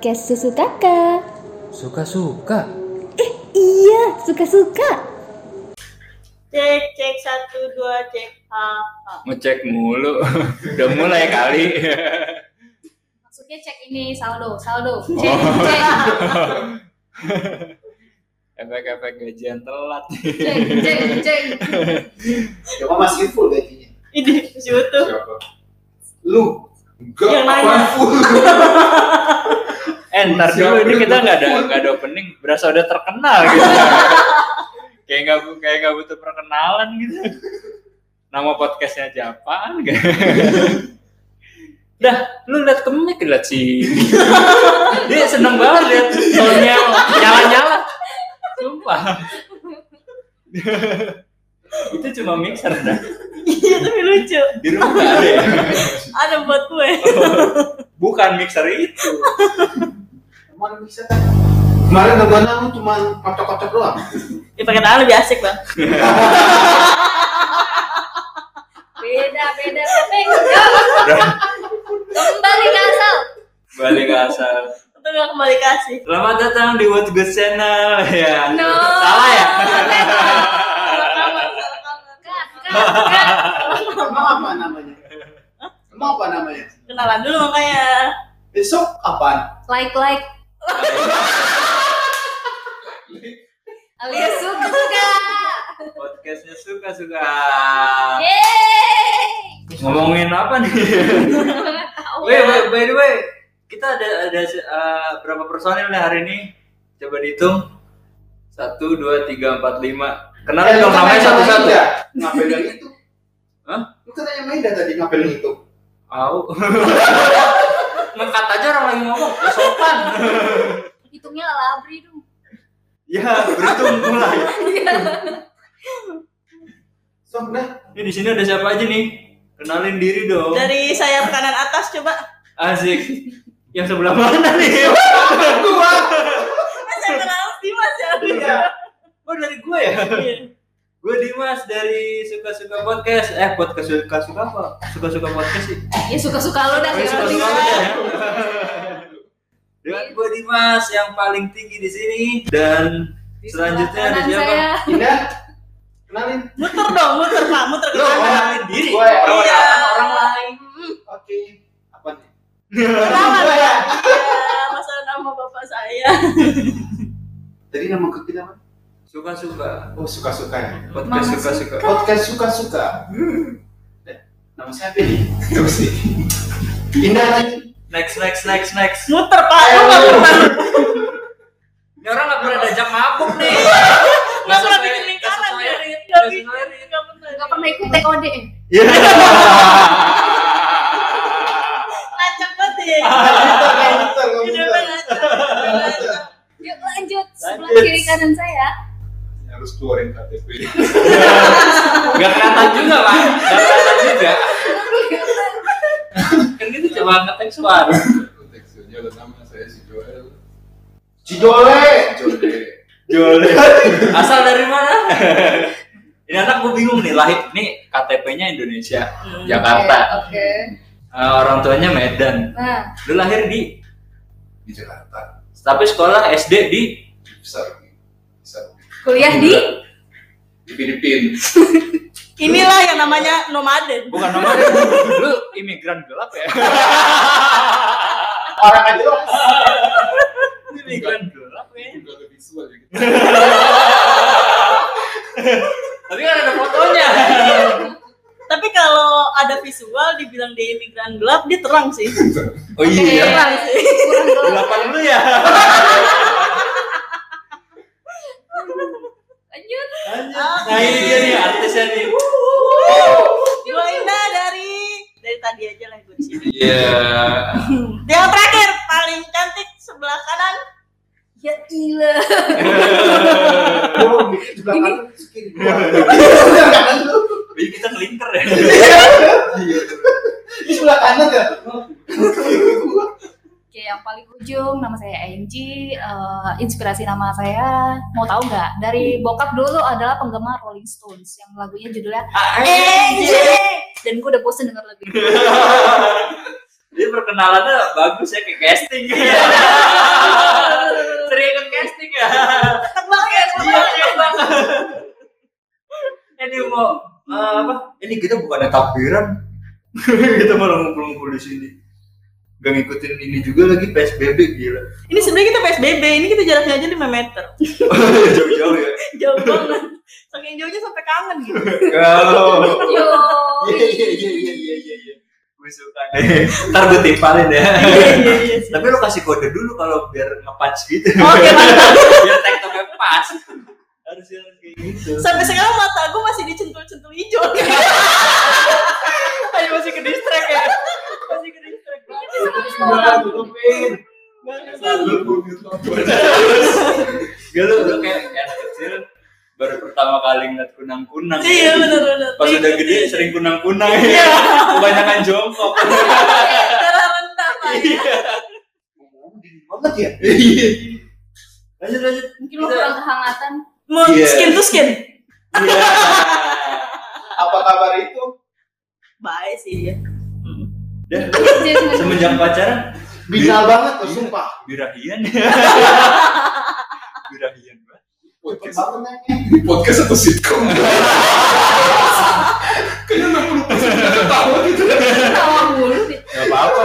podcast Susu Kakak. Suka-suka? Iya, suka-suka. Cek 1 2 cek. Ngecek mulu. Udah mulai kali. Maksudnya cek ini saldo. Oh. Cek. Efek-efek gajian telat. Cek. Coba masih full gajinya. Ini masih utuh. Siapa? Lu. Enggak, Yang nanya. full. Ntar dulu ini kita nggak ada opening, berasa udah terkenal gitu. kayak nggak butuh perkenalan gitu. Nama podcastnya aja apaan? Dah, lu liat kemek liat sih. Dia seneng banget liat soalnya nyala. Sumpah. Itu cuma mixer dah. Iya tapi lucu. Di rumah nggak ada ya? Ada buat gue. Bukan mixer itu. Kemarin bisa kan? Kemarin nontonnya lu cuma kocok-kocok doang. Ini pakai tangan lebih asik bang. Beda. Kembali ke asal. Balik ke asal. Itu nggak kembali kasih. Selamat datang di What Good Channel ya. No. Salah ya? Emang apa namanya? Kenalan dulu makanya. Besok apaan? Like. Alias suka. Podcastnya suka-suka. Yeay. Ngomongin apa nih? By the way, kita ada berapa personil nih hari ini? Coba dihitung. 1, 2, 3, 4, 5. Kenalin dong namanya satu-satu. Ngapain yang itu? Hah? Lu kan yang main tadi ngapain yang itu? Au. Ngekat aja orang lagi ngomong, ya sopan. Hitungnya ala abri dong. Ya, berhitung mulai. Sok dah. Ini di sini ada siapa aja nih? Kenalin diri dong. Dari sayap kanan atas coba. Asik. Yang sebelah mana nih? Gua. Sayap kanan atas Dimas ya. Iya. Oh, dari gue ya? Iya. Gue Dimas dari Suka-Suka Podcast. Podcast suka-suka apa? Suka-suka podcast sih. Ya suka-suka lo dah. Suka-suka aja ya. Dengan gue Dimas yang paling tinggi di sini dan selanjutnya ada siapa? Indah. Kenalin. Muter dong, muter pak, muter ke Lo kanan. kenalin diri. Gue ya. Iya. Orang lain. Oke. Apa nih? Kenalan ya. Iya, masalah nama bapak saya. Tadi nama kita apa? Suka-suka. Oh, suka-suka ya. Podcast suka-suka. Podcast suka-suka. Nama siapa nih? Nama sih. Indah lagi. Next. Muter pak, lu nggak pernah. Ini orang nggak pernah diajak mabuk nih. Nggak pernah bikin lingkaran ya. Gak pernah ikut TOD. Iya. Acak banget ya. Komputer. Udah ngacak. Yuk lanjut. Sebelah Lanjut. kiri kanan saya. Harus keluarin KTP. Gak kelihatan juga pak. Kan gitu coba ngetek suara. Teksturnya ada nama saya si Joel. Cijole. Jole. Asal dari mana? Ini anak gue bingung nih, lahir nih KTP-nya Indonesia, Jakarta. Oke. Orang tuanya Medan. Nah, Lu lahir di Jakarta. tapi sekolah SD di Besar. kuliah di Di Filipina. Inilah yang namanya nomaden. bukan nomor. Lu imigran gelap ya? Orang aja loh. Imigran gelap ya. Enggak ada visual ya. Tapi kan ada fotonya. Tapi kalau ada visual dibilang dia imigran gelap, dia terang sih. Oh iya. Terang sih. kurang gelap. Gelapan lu ya. Lanjut. Nah ini dia nih artisnya nih. Gue Indah dari tadi aja lah gue di sini. Iya. Yang terakhir paling cantik sebelah kanan. Ya gila. Oh, sebelah kanan kiri. Sebelah kanan lu. Jadi kita ngelingker ya. Di sebelah kanan ya. Oke, yang paling ujung nama saya Angie. Inspirasi nama saya mau tahu nggak? Dari bokap dulu adalah penggemar Rolling Stones yang lagunya judulnya Angie. Dan gue udah bosen denger lagu ini. Jadi perkenalannya bagus ya, kayak casting. Sering ikut casting ya. Iya bang. Ini mau apa? Ini kita bukan takbiran. Kita malah ngumpul-ngumpul di sini. Gak ngikutin ini juga lagi PSBB gila. Ini sebenarnya kita PSBB, ini kita jaraknya aja 5 meter. Jauh-jauh ya. Jauh banget. Saking jauhnya sampai kangen gitu. Yo. Iya. Gue suka deh. Ntar gue timpalin ya. Iya. Tapi lo kasih kode dulu kalau biar nge-punch gitu. Oke, mantap. Biar tektoknya pas. Harus kayak gitu. Sampai sekarang mata gue masih dicentul-centul hijau. Ayo masih ke distract ya. Masih ke distract. Gak lu kayak anak kecil baru pertama kali ngeliat kunang-kunang. Iya benar. Pas udah gede sering kunang-kunang ya. Kebanyakan jongkok. Darah rendah Pak ya. Ngomong dingin banget ya. Lanjut. Mungkin lo kurang kehangatan. Mau Iya. skin to skin. Iya. Apa kabar itu? Baik sih ya. Dan semenjak pacaran Binal banget tuh, sumpah. birahian. Birahian banget. Cepet banget naiknya. Ini podcast atau sitcom? Kayaknya 60% ketawa gitu. Tawa mulu deh. Gak apa-apa.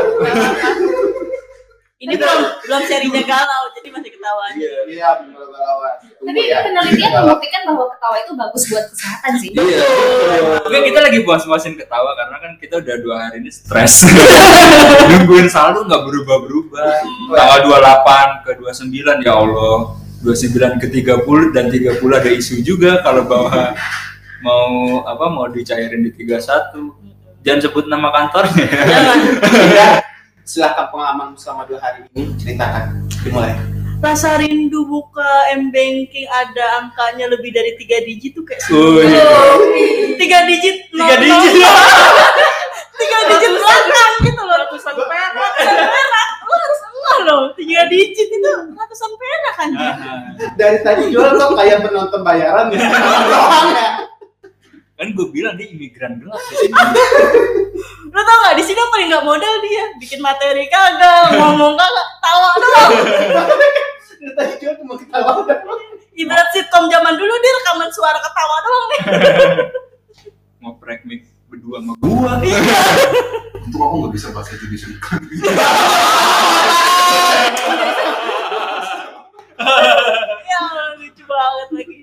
Ini belum serinya galau, jadi masih ketawa aja. Iya, bener lawan. Tapi penelitian membuktikan bahwa ketawa itu bagus buat kesehatan sih. Iya. Oke, kita lagi puas-puasin ketawa karena kan kita udah 2 hari ini stres. Nungguin saldo nggak berubah-berubah. Tanggal 28 ke 29 ya Allah. 29 ke 30 dan 30 ada isu juga kalau bahwa mau dicairin di 31. Jangan sebut nama kantornya. Jangan. Silakan pengalaman selama 2 hari ini, ceritakan. Dimulai. Rasa rindu buka M-Banking ada angkanya lebih dari 3 digit tuh kayak Oh, iya. 3 digit 3 digit. 3 digit belakang gitu loh, ratusan perak. Lo harus enggak loh, 3 digit itu ratusan perak kan. Dari tadi jual kok kayak penonton bayaran ya. Kan gue bilang dia imigran gelap. Lo tau gak, di sini yang paling gak modal dia, bikin materi kagak, ngomong kagak, tawa doang. Dari tadi jual cuma ketawa doang. Ibarat sitcom zaman dulu dia rekaman suara ketawa doang nih. Mau prank mic berdua sama gua. Untung aku nggak bisa bahasa Indonesia. Ya lucu banget lagi.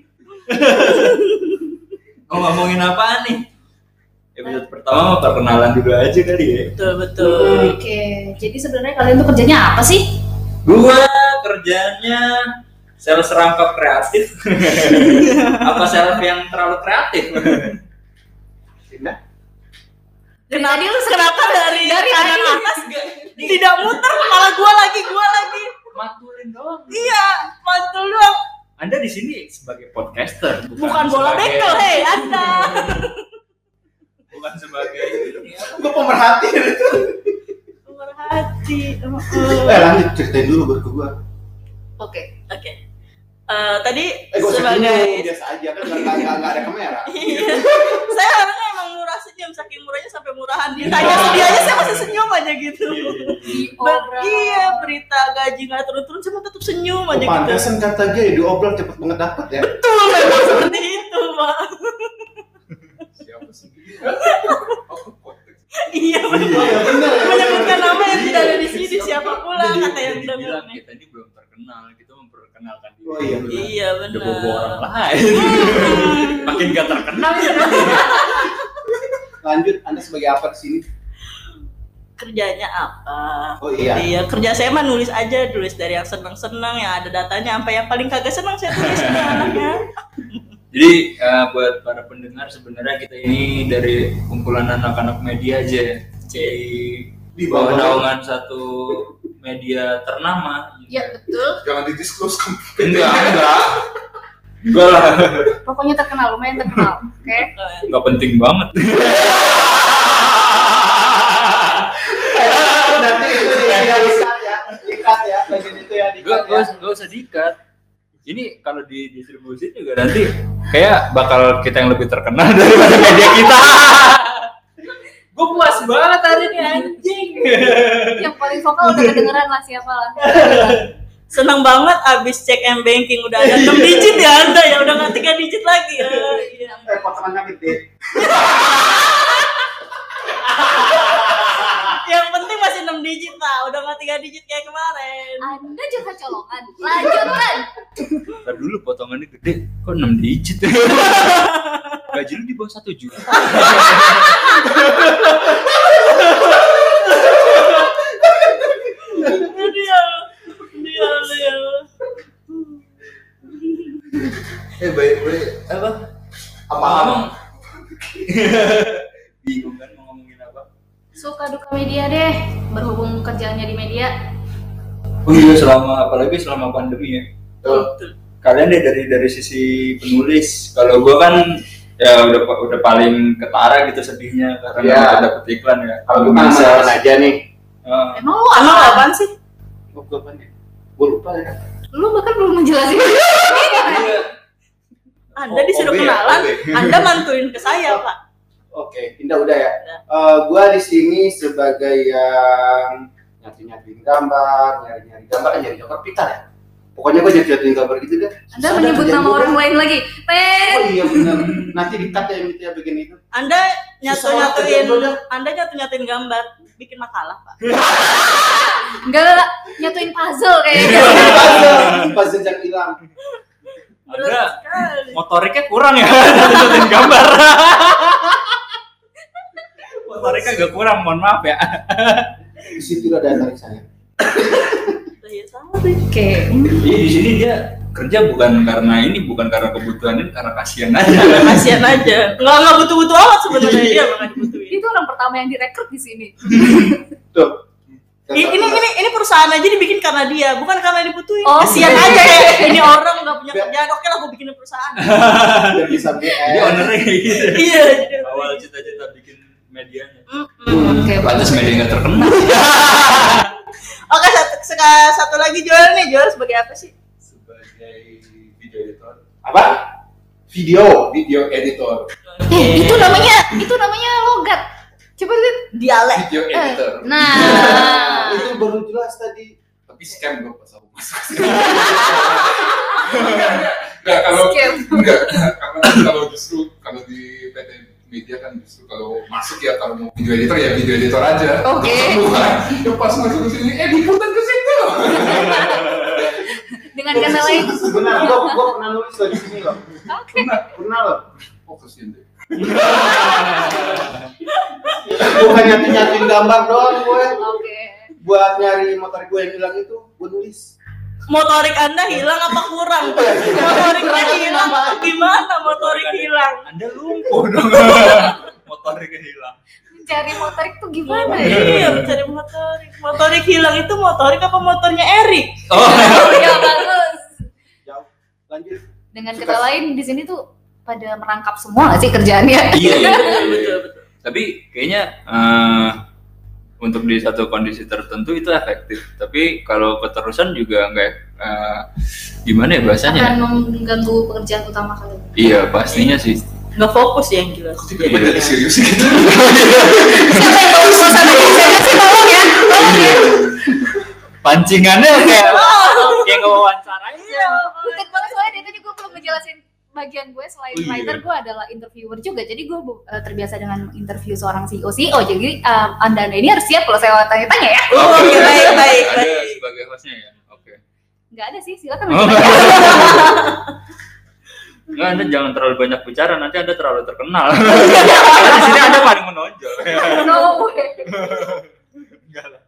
Ngomongin apaan nih? Episode pertama perkenalan dulu aja kali ya. Betul. Oke, jadi sebenarnya kalian tuh kerjanya apa sih? Gua kerjanya sales rangkap kreatif. Apa sales yang terlalu kreatif? Tidak. Kenapa dari kanan atas tidak muter, malah gua lagi. Mantulin doang. Iya, mantul doang. Anda di sini sebagai podcaster, Bukan bola sebagai- bekel, hei Anda. Bukan sebagai ini apa? Gue pemerhati. Pemerhati. Lanjut ceritain dulu baru ke gua. Oke. Tadi Gue sebagai biasa aja kan nggak ada kamera. Iya. Saya orangnya emang murah senyum, saking murahnya sampai murahan. Ditanya sedih aja saya masih senyum aja gitu. Iya, berita gaji nggak turun-turun saya tetap senyum aja gitu. Pantesan kata dia diobral cepet banget dapet ya. Betul, memang seperti itu, Pak. Siapa sih? Aku podcast. Iya, benar. Iya bener ya. Menyebutkan nama yang tidak ada di sini siapa pula Jadi- kata yang jadi dengar bilang nih. kita ini belum terkenal, kita memperkenalkan diri. Oh iya benar. Iya, Udah bobo orang benar. lain. Makin gak terkenal ya. Lanjut, Anda sebagai apa di sini? Kerjanya apa? Oh iya. Iya, kerja saya mah nulis aja, tulis dari yang senang-senang, yang ada datanya, sampai yang paling kagak senang saya tulis ini anaknya. Jadi buat para pendengar sebenarnya kita ini dari kumpulan anak-anak media aja. Di bawah naungan satu media ternama. Ya betul. Jangan di-disclose kan. Enggak lah. Pokoknya terkenal, lumayan terkenal. Oke. Enggak penting banget. Nanti itu diikat ya, bagian itu ya diikat ya. Gak usah diikat. Ini kalau didistribusi juga nanti kayak bakal kita yang lebih terkenal daripada media kita. Gue puas banget hari ini anjing. Yang paling vokal udah kedengeran lah siapa lah. Senang banget abis cek M-Banking udah ada 6 digit ya Anda ya, udah nggak 3 digit lagi. Iya. Potongannya gede. Yang penting masih 6 digit Pak, udah nggak 3 digit kayak kemarin. Anda juga colongan. Lanjutkan. Ntar dulu potongannya gede, kok 6 digit? Gaji lu di bawah 1 juta. Dia. Baik apa? Apa? Bingung kan mau ngomongin apa? Suka duka media deh, berhubung kerjaannya di media. Oh iya, apalagi selama pandemi ya. Kalian deh dari sisi penulis. Kalau gua kan ya udah paling ketara gitu sedihnya karena nggak dapet iklan ya. Kalau gimana aja nih? Emang lu Emang apaan sih? Gue apa nih? Gue lupa ya. Lu bahkan belum menjelasin. Iya. Anda disuruh kenalan, Anda mantuin ke saya Pak. Oke, Indah udah ya. Gua di sini sebagai yang nyari gambar, nyari gambar pintar ya. Pokoknya gua nyari gambar gitu deh. Anda menyebut nama orang lain lagi. Oh iya benar. Nanti di-cut ya yang itu ya bikin itu. Anda nyatu-nyatuin gambar, bikin makalah Pak. Enggak, nyatuin puzzle kayaknya. Puzzle yang hilang. Ada motoriknya kurang ya, nyatuin gambar. Motoriknya agak kurang, mohon maaf ya. Di situ ada tarik saya. Iya sama deh. Oke. Iya, di sini dia kerja bukan karena kebutuhan ini, karena kasihan aja. Kasian aja. Nggak butuh-butuh amat sebenarnya dia bakal dibutuhin. Itu orang pertama yang direkrut di sini. Tuh. Ini perusahaan aja dibikin karena dia, bukan karena dibutuhin. Oh, kasian aja ya. Ini orang nggak punya kerjaan. Oke lah, gue bikin perusahaan. Biar bisa Dia BS. ownernya kayak gitu. Iya. Awal cita-cita bikin medianya. Oke, Pantas media nggak terkenal. Oke, satu lagi Joel nih. Joel sebagai apa sih? Sebagai video editor. Apa? Video. Video editor. itu namanya logat. Coba lihat Dialek. Video editor. Nah, Itu baru jelas tadi. Tapi scam gue pas aku masuk. Enggak kalau justru kalau di PT Media kan justru kalau masuk ya kalau mau video editor ya video editor aja. Oke. Ya pas masuk ke sini diputar ke situ. dengan kata lain. Benar, gua pernah nulis loh di sini loh. Oke. Pernah loh. Oh kasihan deh. Bukan nyatuin gambar doang gue. Oke. Buat nyari motor gue yang hilang itu, gue nulis. Motorik Anda hilang apa kurang? Motoriknya hilang apa gimana motorik hilang? Anda lumpuh dong. Motoriknya hilang. Mencari motorik tuh gimana ya? Iya, mencari motorik. Motorik hilang itu motorik apa motornya Erik? Oh. Ya bagus. Jauh. Lanjut. Dengan kata lain di sini tuh pada merangkap semua nggak sih kerjaannya? Iya. Betul. Tapi kayaknya untuk di satu kondisi tertentu itu efektif. Tapi kalau keterusan juga nggak gimana ya bahasanya? Akan mengganggu pekerjaan utama kalian. Iya pastinya sih. Nggak fokus ya yang jelas. Tidak banyak serius gitu. Siapa yang tahu suasana kerjanya sih tolong ya. Pancingannya kayak ngewawancarain. Iya. Bukan banget soalnya dia tadi gue belum ngejelasin bagian gue selain writer gue adalah interviewer juga, jadi gue terbiasa dengan interview seorang CEO. Jadi anda ini harus siap kalau saya tanya-tanya ya. Oh, baik. Ada sebagai hostnya ya. Oke. Nggak ada sih, silakan. Nggak, Anda jangan terlalu banyak bicara, nanti Anda terlalu terkenal. Karena di sini Anda paling menonjol. No way. Enggak lah.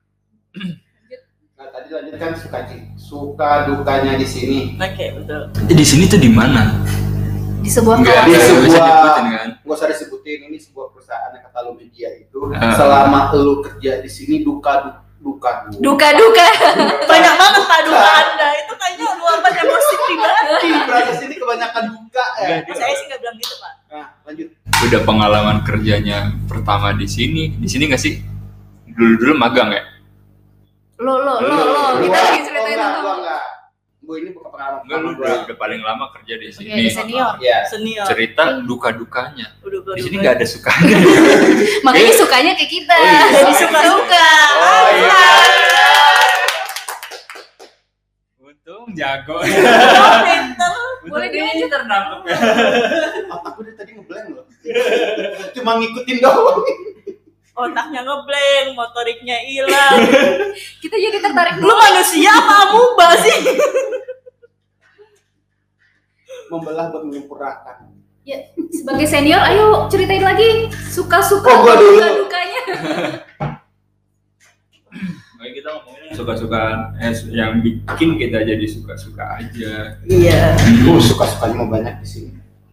Nah, tadi lanjutkan suka dukanya di sini. Oke, betul. Di sini tuh di mana? Di sebuah Nggak kawasan. bisa sebuah- disebutin kan? Gua usah disebutin, ini sebuah perusahaan yang kata lo media itu. Selama lu kerja di sini duka. Duka. Banyak banget Pak duka Anda. Itu kayaknya luapan emosi pribadi. Berarti sini kebanyakan duka ya. Saya sih nggak bilang gitu Pak. Nah, lanjut. Udah pengalaman kerjanya pertama di sini nggak sih? Dulu magang ya? Lo. Kita lagi ceritain Gua tentang. enggak. Gua ini bukan pengalaman Enggak, lu udah paling lama kerja di sini. Oke, senior. Iya. Senior. Cerita duka-dukanya. Udah Di sini nggak ada sukanya. Makanya sukanya ke kita. Oh, iya. Jadi suka-suka. Oh iya. Untung jago. Boleh dilanjut. Ternangkep ya. Otak gue tadi ngeblank loh. Cuma ngikutin doang. Otaknya ngeblank, motoriknya hilang. Kita jadi tertarik Lu dulu. manusia apa amuba sih? Membelah buat menyempurnakan. Ya, sebagai senior, ayo ceritain lagi suka-suka Oh, gua dulu. duka-dukanya. Oke, kita ngomongin suka-suka yang bikin kita jadi suka-suka aja. Iya. Suka-sukanya mau banyak di sini.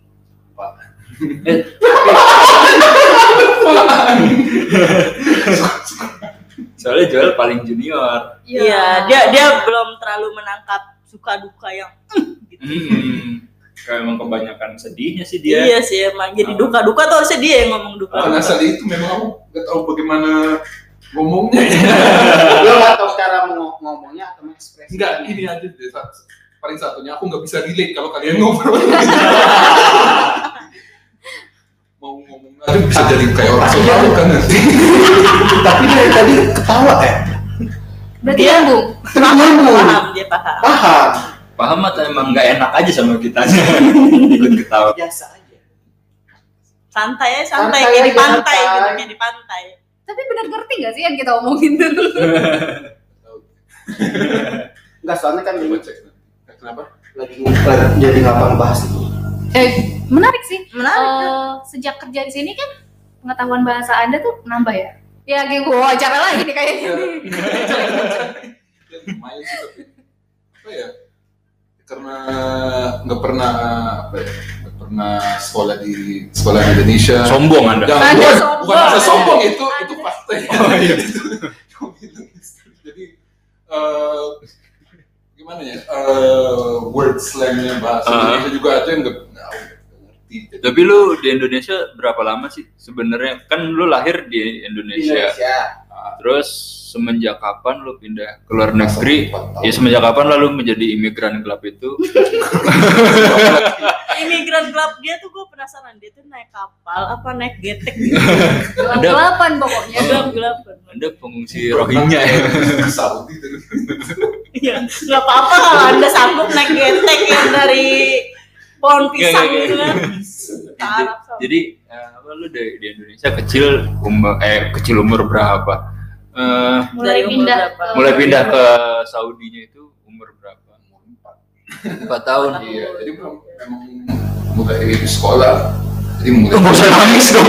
Soalnya Joel paling junior. Iya, dia belum terlalu menangkap suka duka yang gitu. Kayak emang kebanyakan sedihnya sih dia. Iya sih emang jadi duka-duka tuh harusnya dia yang ngomong duka. Karena asal itu memang aku nggak tahu bagaimana ngomongnya. Lo nggak tahu cara ngomongnya atau mengekspresikan? Enggak, ini aja deh. Paling satunya aku nggak bisa relate kalau kalian ngobrol. Mau ngomong aja bisa jadi kayak orang selalu kan nanti. Tapi dari tadi ketawa ya? Berarti Dia- nyambung. Paham, dia paham. Paham. Paham atau emang nggak enak aja sama kita ikut ketawa. Biasa aja. Santai Santai kayak di aja, pantai santai. gitu, kayak di pantai. Tapi benar ngerti nggak sih yang kita omongin dulu? Enggak, soalnya kan Coba cek nanti. Kenapa? lagi jadi ngapain bahas itu. Menarik sih. Menarik. Sejak kerja di sini kan pengetahuan bahasa Anda tuh nambah ya. Ya, kayak gue wawancara lagi nih kayaknya. Ya, lumayan sih tapi apa ya? Karena nggak pernah sekolah di Indonesia. Sombong Anda. Jangan, Anda bukan, sombong. bukan rasa sombong itu Anda. fakta. Oh, iya. Jadi gimana ya? Word slangnya bahasa Indonesia juga aja nggak ngerti. Tapi lu di Indonesia berapa lama sih sebenarnya? Kan lu lahir di Indonesia. Terus semenjak kapan lu pindah ke luar negeri? Ya semenjak kapan lalu menjadi imigran gelap itu? Imigran gelap dia tuh gue penasaran dia tuh naik kapal apa naik getek Gelap-gelapan pokoknya. gelap-gelapan. Anda pengungsi Rohingya ya? Ke Saudi terus. Iya, nggak apa-apa kalau Anda sanggup naik getek yang dari pohon pisang Nggak. gitu kan. Ke Arab Saudi. Jadi apa lu di Indonesia kecil umur berapa? Mulai Dari umur pindah. berapa? Mulai pindah ke Saudinya itu umur berapa? 4 tahun. Iya, jadi memang mulai di sekolah. Jadi mulai. Nggak usah nangis dong.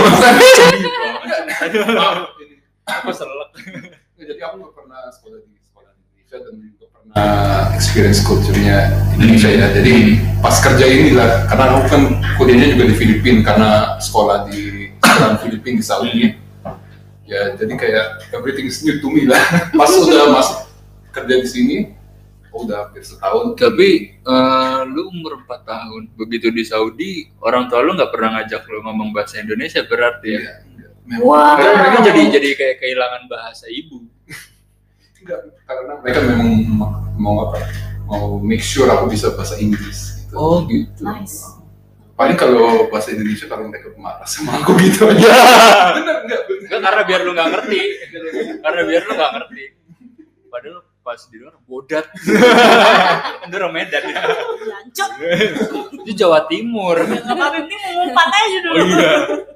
Apa selek? Jadi aku nggak pernah sekolah di Indonesia dan nggak pernah experience culture-nya Indonesia ya. Jadi pas kerja inilah, karena aku kan kuliahnya juga di Filipina karena sekolah di Filipina di Saudi. Ya, jadi kayak everything is new to me lah. Pas udah masuk kerja di sini, udah hampir setahun. Tapi lu umur 4 tahun begitu di Saudi, orang tua lu nggak pernah ngajak lu ngomong bahasa Indonesia berarti ya? Iya, memang. Wah. Karena mereka jadi kayak kehilangan bahasa ibu. Enggak, karena mereka memang mau make sure aku bisa bahasa Inggris gitu. Oh gitu. Nice. Paling kalau bahasa Indonesia kalau mereka marah sama aku gitu aja. Bener enggak? Enggak, karena biar lu nggak ngerti. Karena biar lu nggak ngerti. Padahal pas di luar bodat. Kan orang Medan ya. Jancok. Itu Jawa Timur. Nggak apa-apa, ini mengumpat aja dulu. Oh iya.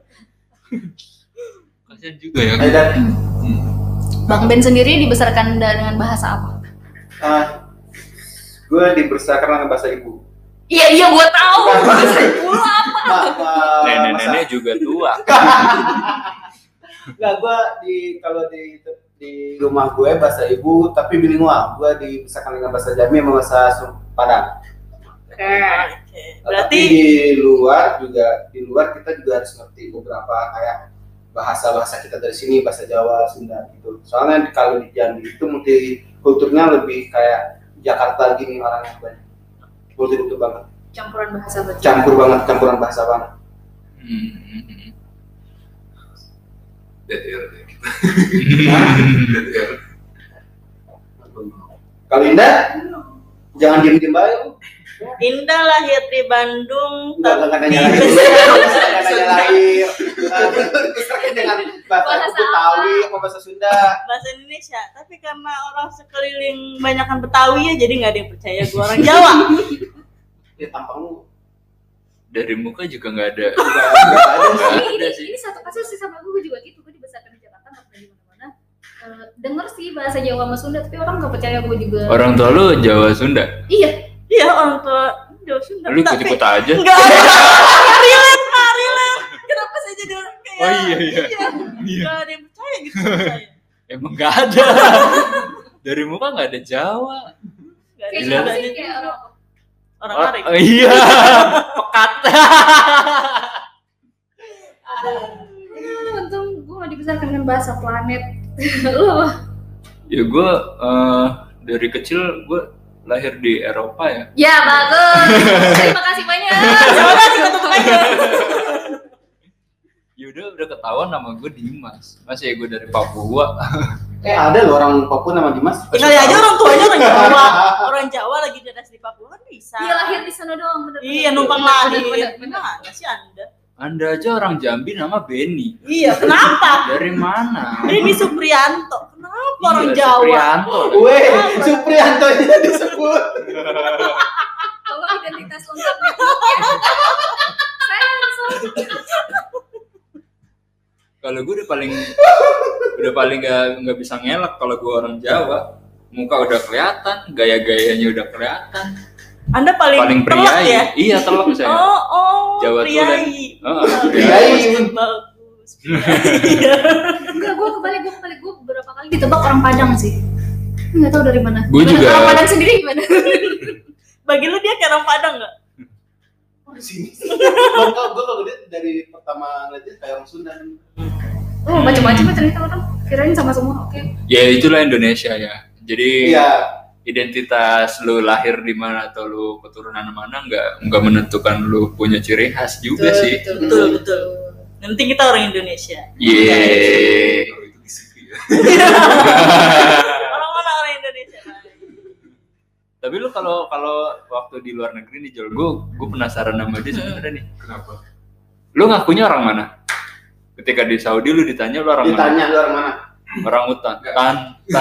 Kasian juga ya. Bang Ben sendiri dibesarkan dengan bahasa apa? Gue dibesarkan dengan bahasa ibu. Iya gua tahu. Bahasa ibu lu apa? Nenek-nenek juga tua. Enggak, gue kalau di rumah gue bahasa ibu tapi bilingual. Gue dibesarkan dengan bahasa Jambi sama bahasa Padang. Oke. Tapi Berarti di luar kita juga harus ngerti beberapa kayak bahasa kita dari sini, bahasa Jawa, Sunda gitu. Soalnya kalau di Jambi itu multikulturnya lebih kayak Jakarta gini orangnya banyak. Multikultur banget. Campuran bahasa berarti. Campuran bahasa banget. Dead air deh kita. Dead air. Kalau Indah, jangan diem-diem aja lu. Indah lahir di Bandung. Enggak nanya lahir. Enggak nanya lahir. Dibesarkan dengan bahasa Betawi apa bahasa Sunda? Bahasa Indonesia. Tapi karena orang sekeliling banyakan Betawi ya, jadi nggak ada yang percaya gue orang Jawa. Ya tampangmu Dari muka juga nggak ada. Ini satu kasus sih sama gue juga gitu. Gue dibesarkan di Jakarta, nggak pernah di mana-mana. Denger sih bahasa Jawa sama Sunda, tapi orang nggak percaya gue juga. Orang tua lu Jawa Sunda? Iya, orang tua Jawa Sunda. Lu ikut-ikut aja? Enggak ada. Relate. Kenapa saya jadi orang kayak? Oh iya. Nggak ada yang percaya gitu sama saya. Emang nggak ada. Dari muka nggak ada Jawa. Nggak ada Kayak Gila. siapa sih kayak orang Arek. Oh iya, pekat. Untung gue gak dibesarkan dengan bahasa planet. Lu apa? Ya gue dari kecil gue lahir di Eropa ya. Ya bagus. Terima kasih banyak. Terima kasih, tutup aja. Yaudah udah ketahuan nama gue Dimas. Masa ya gue dari Papua. ada loh orang Papua nama Dimas. Kali aja orang tuanya orang Jawa. Orang Jawa lagi dinas di Papua kan bisa. Dia lahir di sana doang, bener. Iya, numpang lahir. Gimana sih Anda? Anda aja orang Jambi nama Beni. Iya, kenapa? Dari mana? Ini Supriyanto. Kenapa orang Iya, Jawa? Supriyanto. Weh, Supriyanto nya disebut. Kalau identitas lengkapnya. Saya Kalau gue udah paling nggak bisa ngelak kalau gue orang Jawa. Muka udah kelihatan, gaya-gayanya udah kelihatan. Anda paling telak priai. ya? Iya, telak saya. Oh, Jawa priai. Priai. Bagus. enggak, gue kebalik. Gue beberapa kali ditebak orang Padang sih. Nggak tahu dari mana. Gue juga. Orang Padang sendiri gimana? Bagi lu dia kayak orang Padang nggak? Di sini. Gue kalau lihat dari pertama ngeliatnya kayak orang Sunda. Oh, macam-macam ternyata orang. Kirain sama semua. Oke. Ya itulah Indonesia ya. Jadi Iya. identitas lu lahir di mana atau lu keturunan mana nggak menentukan lu punya ciri khas juga sih. Betul. Nanti kita orang Indonesia. Yeay. Kalau itu di CV ya. Orang mana orang Indonesia? Tapi lu kalau waktu di luar negeri nih Jol, gue penasaran sama dia sebenarnya nih. Kenapa? Lu ngakunya orang mana? Ketika di Saudi lu ditanya lu orang Ditanya lu orang mana? mana? Orang hutan. Tan.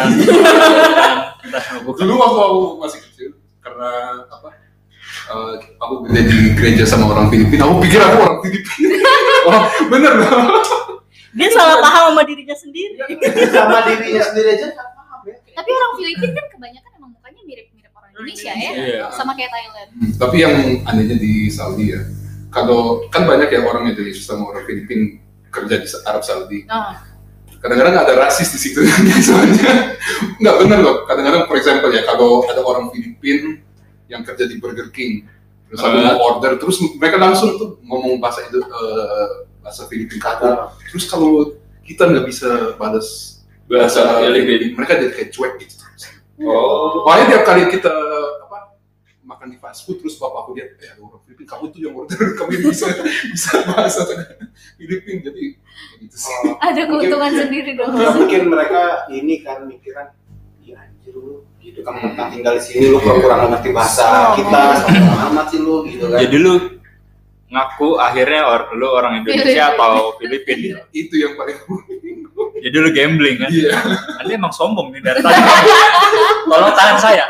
Bukan. Dulu waktu aku masih kecil, karena apa? Aku gede di gereja sama orang Filipina. Aku pikir aku orang Filipina. Oh, bener loh. Dia salah paham sama dirinya sendiri. Sama dirinya sendiri aja nggak paham ya. Tapi orang Filipina kan kebanyakan emang mukanya mirip-mirip orang Indonesia ya. Iya. Sama kayak Thailand. Tapi yang anehnya di Saudi ya, kalau kan banyak ya orang Indonesia sama orang Filipina kerja di Arab Saudi. Kadang-kadang ada rasis di situ soalnya nggak benar loh. Kadang-kadang, for example ya, kalau ada orang Filipin yang kerja di Burger King, terus aku mau order, terus mereka langsung tuh ngomong bahasa Filipin kaku. Terus kalau kita nggak bisa balas bahasa Filipin, mereka jadi kayak cuek gitu. Oh. Makanya tiap kali kita makan di fast food, terus bapakku lihat, ada orang Filipin, kamu tuh yang order, kamu bisa bahasa Filipin, jadi gitu sih. Ada keuntungan sendiri dong. Ya mungkin mereka ini kan mikiran, iya anjir lu, gitu kan tentang tinggal di sini lu kurang ngerti bahasa kita, sama amat sih lu gitu kan. Jadi lu ngaku akhirnya lu orang Indonesia atau Filipina. Itu yang paling Jadi lu gambling kan? Iya. Anda emang sombong nih dari tadi. Tolong tahan saya.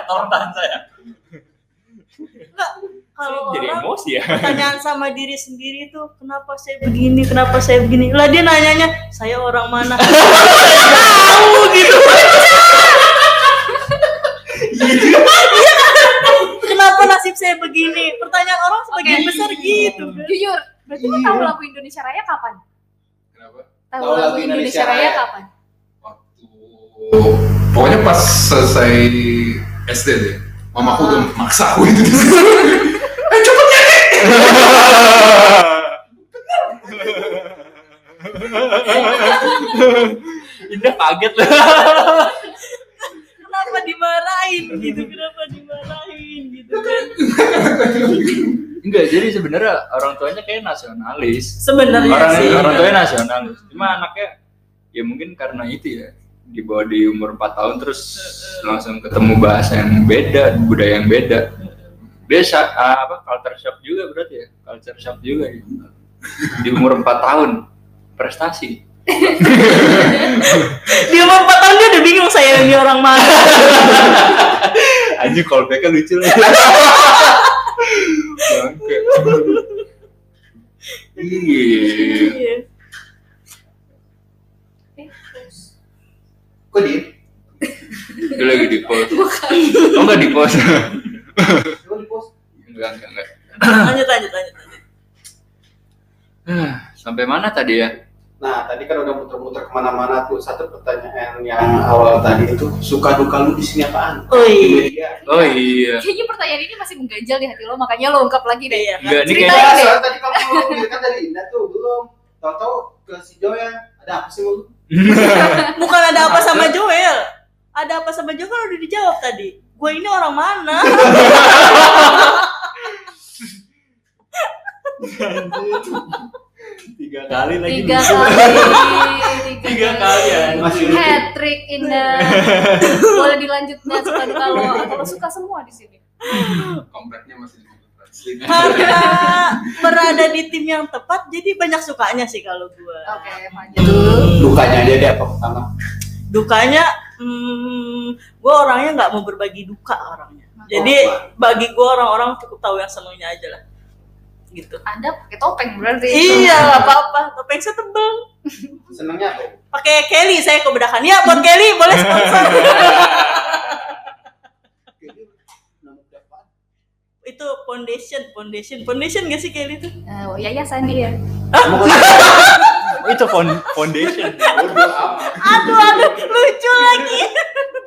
Kalau Jadi orang emosi ya. pertanyaan sama diri sendiri tuh, kenapa saya begini? Lah dia nanyanya, saya orang mana? Tahu gitu. Kenapa nasib saya begini? Pertanyaan orang sebagian besar gitu. Jujur, berarti lu tahu lagu Indonesia Raya kapan? Kenapa? Tahu lagu Indonesia Raya kapan? Waktu pokoknya pas selesai SD deh, mamaku udah maksa aku itu. Cepet nyanyi. Indah kaget lah. Kenapa dimarahin gitu? Kan? Enggak, jadi sebenarnya orang tuanya kayak nasionalis. Sebenarnya sih. Orang tuanya nasionalis. Cuma anaknya ya mungkin karena itu ya, dibawa di umur 4 tahun terus langsung ketemu bahasa yang beda, budaya yang beda. Biasa culture shock juga berarti ya. Culture shock juga ya. Di umur 4 tahun prestasi. Di umur 4 tahun dia udah bingung saya ini orang mana. Anjir callback-nya lucu lah. Bangke. Iya. Kok di? Itu lagi di post. Oh enggak di post. Kok di post? Enggak. Lanjut. Sampai mana tadi ya? Nah, tadi kan udah muter-muter kemana-mana tuh. Satu pertanyaan yang awal tadi itu, suka duka lu di sini apaan? Oh Di iya. media. Oh iya. Kayaknya pertanyaan ini masih mengganjal di hati lo, makanya lo ungkap lagi deh. Iya kan? Enggak, ini Ceritain kayaknya deh. Soalnya tadi kamu kan dari Indah tuh belum. Tahu-tahu ke si Joel, ada apa sih lu? Bukan ada apa sama Joel. Ada apa sama Joel kan udah dijawab tadi. Gue ini orang mana? Tiga kali lagi. Tiga kali ya. Masih hat trick Indah. Boleh dilanjut nggak suka duka lo atau lo suka semua di sini? Kompleknya masih di Karena berada di tim yang tepat, jadi banyak sukanya sih kalau gue. Oke, lanjut. Dukanya aja deh apa pertama? Dukanya, gue orangnya nggak mau berbagi duka orangnya. Jadi bagi gue orang-orang cukup tahu yang senangnya aja lah. Gitu. Anda pakai topeng berarti. Iya, nggak apa-apa. Topeng saya tebel. Senangnya apa? Pakai Kelly saya kebedakan. Ya, buat Kelly boleh sponsor. Itu foundation gak sih Kelly itu? Yayasan dia. Itu foundation. Aduh, lucu lagi.